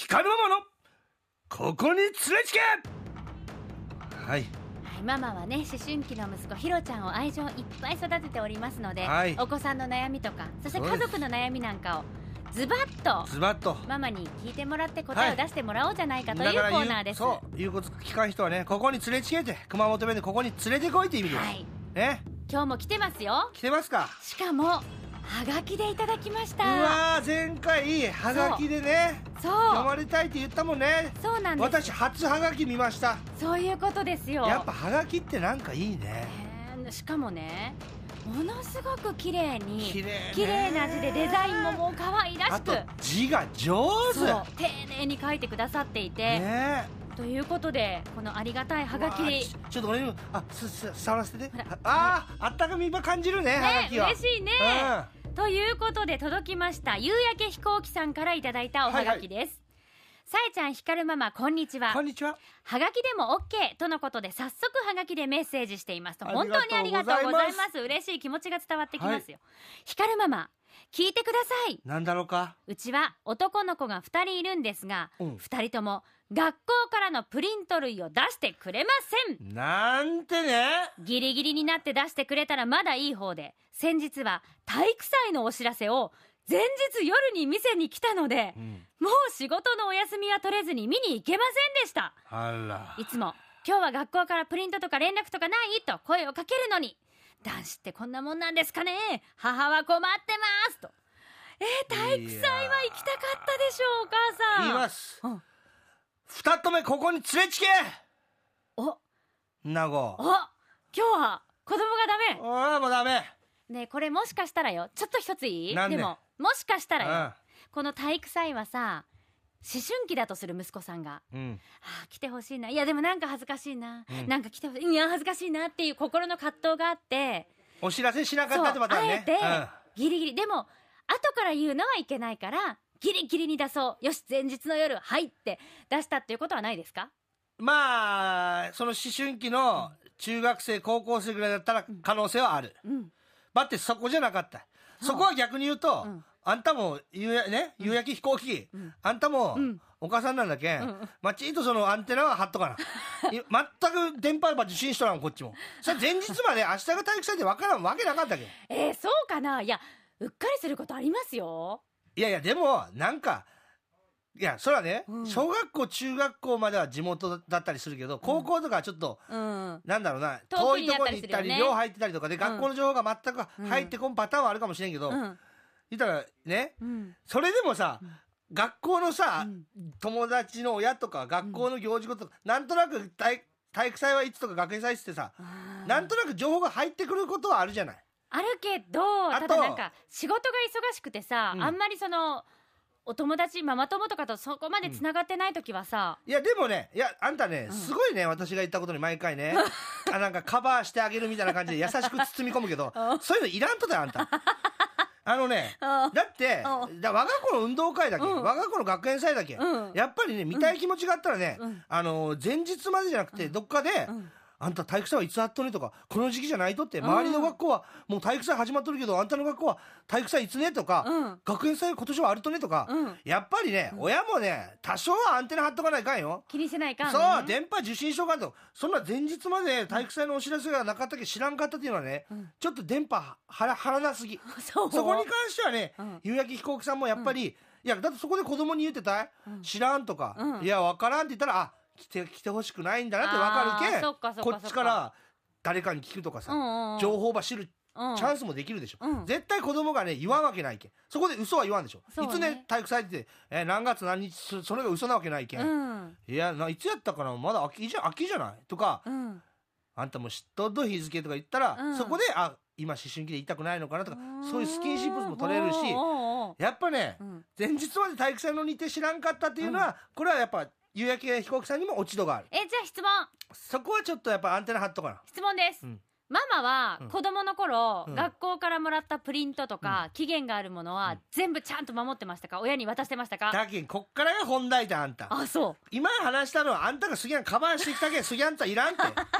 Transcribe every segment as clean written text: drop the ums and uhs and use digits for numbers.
光るママのここに連れつけ。はい、 ママはね、思春期の息子ひろちゃんを愛情いっぱい育てておりますので、 はい、 お子さんの悩みとか、そして家族の悩みなんかをズバッとママに聞いてもらって答えを出してもらおうじゃないかというコーナーです。 そう言うこと聞かん人はね、ここに連れつけて、熊本弁でここに連れてこいって意味です、 はいね。 今日も来てますよ。 来てますか。 しかもはがきでいただきました。 うわー、前回はがきでね、読まれたいって言ったもんね。 そうなんです。 私初はがき見ました。 そういうことですよ。 やっぱはがきってなんかいいね。 しかもね、ものすごく綺麗に綺麗な字で、デザインももう可愛らしく、 あと字が上手、 丁寧に書いてくださっていて、ということで、このありがたいはがき、 ちょっと俺にも触らせてね。あったかみば感じるね、はがきは。 嬉しいね、ということで届きました。夕焼け飛行機さんからいただいたおはがきです。さえちゃん、ひかるママ、こんにちは。 こんにちは。 はがきでも OK とのことで、早速はがきでメッセージしていますと。本当にありがとうございます。嬉しい気持ちが伝わってきますよ。ひかるママ、聞いてください。 なんだろうか。 うちは男の子が2人いるんですが、2人とも学校からのプリント類を出してくれません。 なんてね。 ギリギリになって出してくれたらまだいい方で、先日は体育祭のお知らせを前日夜に店に来たので、もう仕事のお休みは取れずに見に行けませんでした。 あら。 いつも今日は学校からプリントとか連絡とかないと声をかけるのに、男子ってこんなもんなんですかね、母は困ってますと。体育祭は行きたかったでしょう、お母さん。 言います、2つ目ここに連れつけ。なご今日は子供がダメ。 もうダメね。これもしかしたらよ、ちょっと一ついい？ なんで？ でももしかしたらよ、この体育祭はさ、思春期だとする息子さんが、来てほしいな、いやでもなんか恥ずかしいな、なんか来てほしい、いや恥ずかしいなっていう心の葛藤があって、 お知らせしなかったってパターンね。 あえて、ギリギリ、でも後から言うのはいけないからギリギリに出そう、よし前日の夜はいって出したっていうことはないですか？ まあその思春期の中学生高校生ぐらいだったら可能性はある、だってそこじゃなかった。そこは逆に言うと、あんたも夕焼け飛行機、あんたもお母さんなんだけん、まちんとそのアンテナは張っとかな全く電波は受信しとらん、こっちも。それ前日まで明日が体育祭で分からんわけなかったけん。 そうかな。いや、うっかりすることありますよ。 いやいや、でもなんか、いやそれはね、小学校中学校までは地元だったりするけど、高校とかちょっと、なんだろうな、遠いところに行ったり寮入ってたりとかで、学校の情報が全く入ってこんパターンはあるかもしれんけど、言ったらね、それでもさ、学校のさ、友達の親とか学校の行事事とか、なんとなく体育祭はいつとか学園祭いつってさ、なんとなく情報が入ってくることはあるじゃない。 あるけど、ただなんか仕事が忙しくてさ、あんまりそのお友達、ママ友とかとそこまでつながってない時はさ、 いやでもね、いやあんたね、すごいね、私が言ったことに毎回ねなんかカバーしてあげるみたいな感じで優しく包み込むけどそういうのいらんとだよ、あんた。だって我が子の運動会だけ、我が子の学園祭だけ、やっぱりね、見たい気持ちがあったらね、前日までじゃなくてどっかで、あんた体育祭はいつあっとねとか、この時期じゃないとって、周りの学校はもう体育祭始まっとるけど、あんたの学校は体育祭いつねとか、学園祭今年はあるとねとか、やっぱりね、親もね、多少はアンテナ張っとかないかんよ。 気にせないかんね。 そう、電波受信しようかんと。そんな前日まで体育祭のお知らせがなかったけど知らんかったっていうのはね、ちょっと電波張らなすぎ。そこに関してはね、夕焼け飛行機さんもやっぱり、いや、だってそこで子供に言ってたい、知らんとか、いや、わからんって言ったら、来てほしくないんだなってわかるけん、こっちから誰かに聞くとかさ、情報ば知るチャンスもできるでしょ、絶対子供がね言わんわけないけん、そこで嘘は言わんでしょ、いつね体育祭って何月何日、それが嘘なわけないけん、いやいつやったかな、まだ秋じゃないとか、あんたも知っとっと日付とか言ったら、そこで今思春期で言いたくないのかなとか、そういうスキンシップも取れるし、やっぱね、前日まで体育祭の日程知らんかったっていうのは、これはやっぱ夕焼け飛行機さんにも落ち度がある。 じゃあ質問。 そこはちょっとやっぱアンテナ張っとかな。 質問です。ママは子供の頃、学校からもらったプリントとか、期限があるものは全部ちゃんと守ってましたか？親に渡してましたか？ だけんこっからが本題だ、あんた。 そう。 今話したのはあんたがすぎやんカバーしてきたけん、すぎやんたいらんって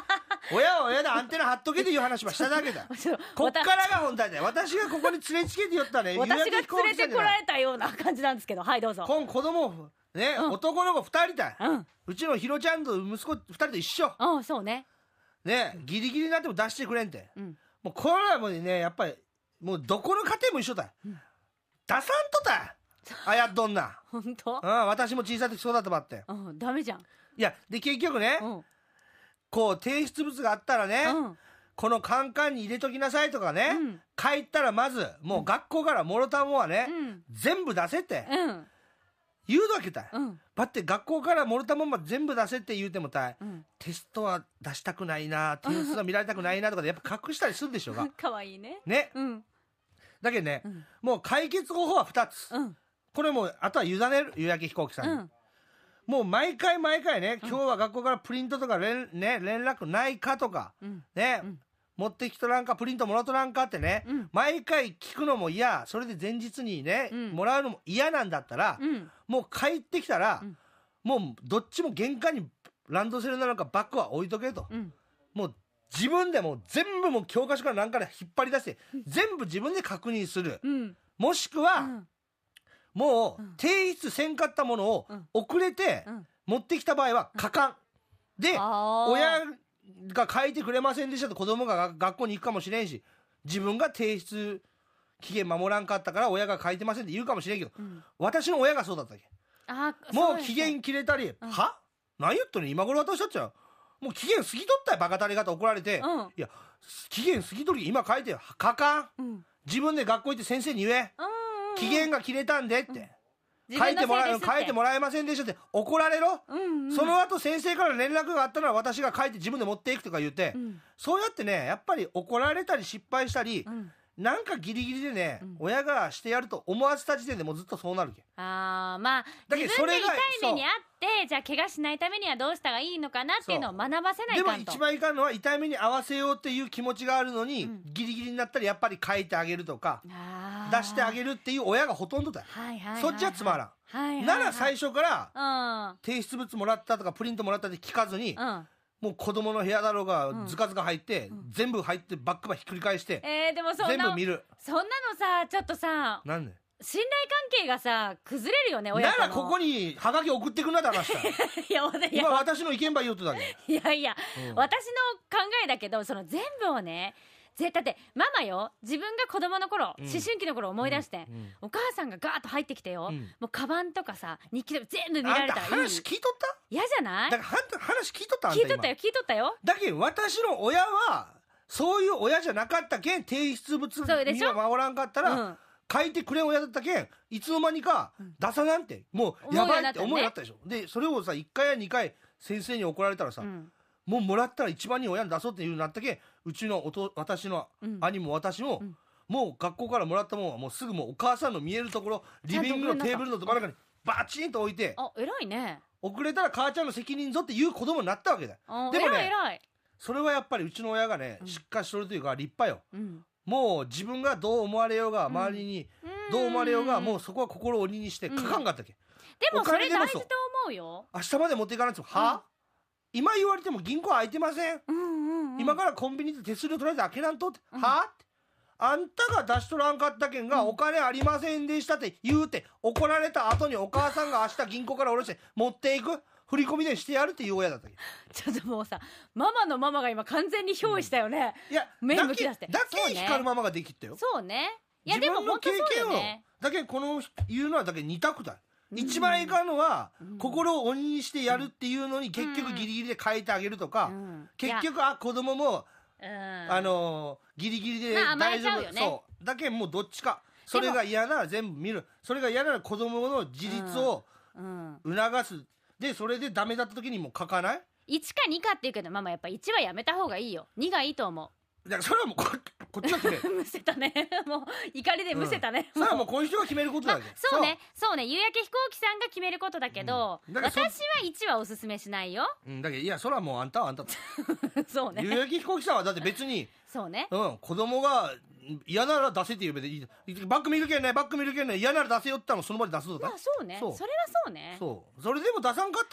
親は親でアンテナ張っとけっていう話はしただけだこっからが本題だよ。私がここに連れつけてよったね私が連れてこられたような感じなんですけど、はいどうぞ。 子供ね、男の子2人だ、うちのひろちゃんと息子2人と一緒、 そうね、 ギリギリになっても出してくれんて、もうこれはもうねやっぱりもうどこの家庭も一緒だ、出さんとだあやっとんな本当、 私も小さい時そうだったばって、 ダメじゃん。 いやで結局ね、こう提出物があったらね、このカンカンに入れときなさいとかね、帰ったらまずもう学校からもろたもんはね、全部出せって、言うわけだよ、だって学校からもろたもんは全部出せって言うてもたい、テストは出したくないな、点数は見られたくないなとかでやっぱ隠したりするでしょうがかわいいねだけどね、もう解決方法は2つ、これもうあとは委ねる、夕焼け飛行機さんに、もう毎回ね、今日は学校からプリントとか連絡ないかとか、持ってきとらんか、プリントもらとらんかってね、毎回聞くのも嫌、それで前日にね、もらうのも嫌なんだったら、もう帰ってきたら、もうどっちも玄関にランドセルなのかバッグは置いとけと、もう自分でもう全部もう教科書から何から引っ張り出して、全部自分で確認する、もしくは、もう提出せんかったものを遅れて持ってきた場合は書かんで、親が書いてくれませんでしたと子供が学校に行くかもしれんし、自分が提出期限守らんかったから親が書いてませんって言うかもしれんけど、私の親がそうだったっけ、もう期限切れたり、は何言っとんねん今頃私たちはもう期限過ぎとったよバカタレがと怒られて、いや期限過ぎとる今書いてよ、書かん、自分で学校行って先生に言え、期限が切れたんでって、書いてもらえませんでしたって怒られろ、その後先生から連絡があったのは私が書いて自分で持っていくとか言って、そうやってねやっぱり怒られたり失敗したり、なんかギリギリでね、親がしてやると思わせた時点でもうずっとそうなるけん。 まあ自分で痛い目にあってじゃあ怪我しないためにはどうしたらいいのかなっていうのを学ばせないかんと。 でも一番いかんのは痛い目に合わせようっていう気持ちがあるのに、ギリギリになったらやっぱり書いてあげるとか出してあげるっていう親がほとんどだよ、そっちはつまらん、なら最初から提出物もらったとかプリントもらったって聞かずに、もう子供の部屋だろうがずかずか入って、全部入ってバックばひっくり返して、でも全部見る。 そんなのさちょっとさ、 なんで信頼関係がさ崩れるよね親との。 ならここにハガキ送ってくんなって話した今私の意見ば言うとだけいや、私の考えだけど、その全部をねだってママよ、自分が子供の頃、思春期の頃思い出して、お母さんがガーッと入ってきてよ、もうカバンとかさ日記とか全部見られたらいい。 話聞いとった？ 嫌じゃない？ だから話聞いとった？ 聞いとったよ。 だけど私の親はそういう親じゃなかったけん、提出物には守らんかったら、書いてくれん親だったけんいつの間にか出さなんてもうやばいって思いになったでしょ。でそれをさ1回や2回先生に怒られたらさ、もうもらったら一番に親に出そうっていうなったけん、うちの私の兄も私も、もう学校からもらったもんはもうすぐもうお母さんの見えるところリビングのテーブルの真ん中にバチンと置いて、 偉いね、 遅れたら母ちゃんの責任ぞっていう子供になったわけだよ。でもねそれはやっぱりうちの親がねしっかりしとるというか立派よ、もう自分がどう思われようが周りにどう思われようがもうそこは心を鬼にして書かんかったっけ。 でもそれ大事と思うよ。 明日まで持っていかないとは今言われても銀行開いてません、今からコンビニで手数料取られて開けなんとって、はってあんたが出しとらんかったけんがお金ありませんでしたって言うて怒られた後にお母さんが明日銀行から下ろして持っていく振り込みでしてやるっていう親だったっけ。 ちょっともうさママのママが今完全に憑依したよね、 いや目向き出してだけ光るママができったよ。 そうね、いやでも本当そうよね。 だけこの言うのはだけ2択だ。一番いかんのは、心を鬼にしてやるっていうのに結局ギリギリで変えてあげるとか、結局子供もギリギリで大丈夫、そうだけもうどっちか、それが嫌なら全部見る、それが嫌なら子供の自立を促す、でそれでダメだった時にもう書かない。 1か2かっていうけどママやっぱ1はやめた方がいいよ。2がいいと思う。 だからそれはもうこっちが決めるむせたねもう怒りでむせたね、 それはもうこの人が決めることだけど、 そうね夕焼け飛行機さんが決めることだけど、私は1はおすすめしないよ。 だけどいやそれはもうあんたはあんたそうね、 夕焼け飛行機さんはだって別にそうね、 子供が嫌なら出せって言うべでいい。バック見るけんねバック見るけんね嫌なら出せよってのその場で出すとか、 そうね、それはそうね。 それでも出さんかったら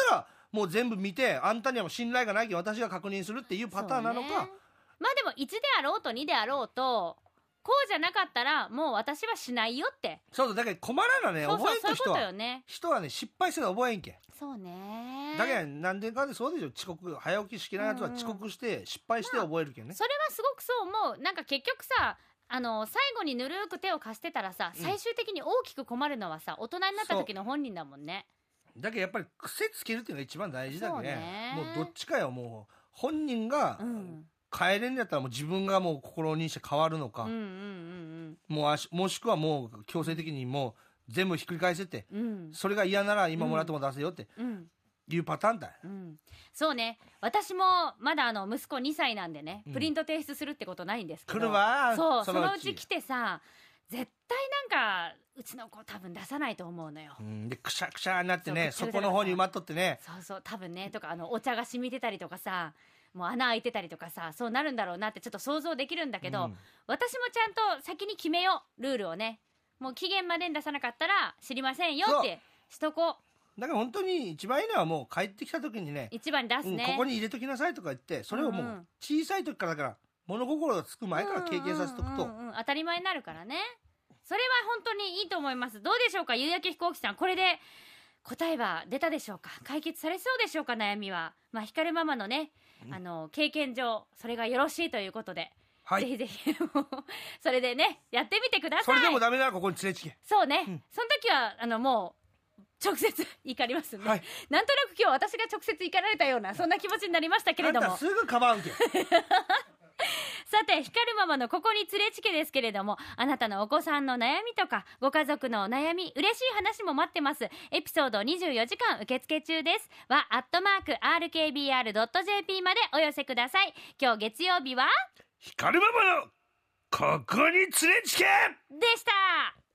もう全部見て、あんたにはもう信頼がないけど私が確認するっていうパターンなのか、 まあでも1であろうと2であろうとこうじゃなかったらもう私はしないよって。 そうだから困らなね、覚えんと人は、人はね失敗する覚えんけ。 そうね。 だけど何でかでそうでしょ、遅刻、早起きしきないやつは遅刻して失敗して覚えるけんね、 それはすごくそう思う。なんか結局さ、最後にぬるく手を貸してたらさ、最終的に大きく困るのはさ、大人になった時の本人だもんね。 だけどやっぱり癖つけるっていうのが一番大事だけどね。もうどっちかよ、もう本人が変えれんだったらもう自分がもう心にして変わるのか、もしくはもう強制的にもう全部ひっくり返せって、それが嫌なら今もらっても出せよっていうパターンだよ、 そうね。私もまだ息子2歳なんでね、プリント提出するってことないんですけど、 来るわ。 そう、そのうち来てさ、絶対なんかうちの子多分出さないと思うのよ、 でくしゃくしゃになってね、そこの方に埋まっとってね、 そう多分ね、とかお茶が染みてたりとかさ、もう穴開いてたりとかさ、そうなるんだろうなってちょっと想像できるんだけど、私もちゃんと先に決めよう、ルールをね。もう期限までに出さなかったら知りませんよってしとこう。 だから本当に一番いいのはもう帰ってきた時にね、 一番に出すね、 ここに入れときなさいとか言って、それをもう小さい時からだから物心がつく前から経験させておくと、 当たり前になるからね。それは本当にいいと思います。どうでしょうか、夕焼け飛行機さん、これで答えは出たでしょうか、解決されそうでしょうか、悩みは。ひかるママのね、経験上それがよろしいということで、ぜひぜひそれでねやってみてください。 それでもダメならここに連れてきて。 そうね、その時はもう直接怒りますんで、なんとなく今日私が直接怒られたようなそんな気持ちになりましたけれども、 あんたすぐかばうんけさて、ひかるママのここに連れちけですけれども、あなたのお子さんの悩みとかご家族のお悩み、嬉しい話も待ってます。エピソード24時間受付中です。は@rkbr.jp までお寄せください。今日月曜日はひかるママのここに連れちけでした。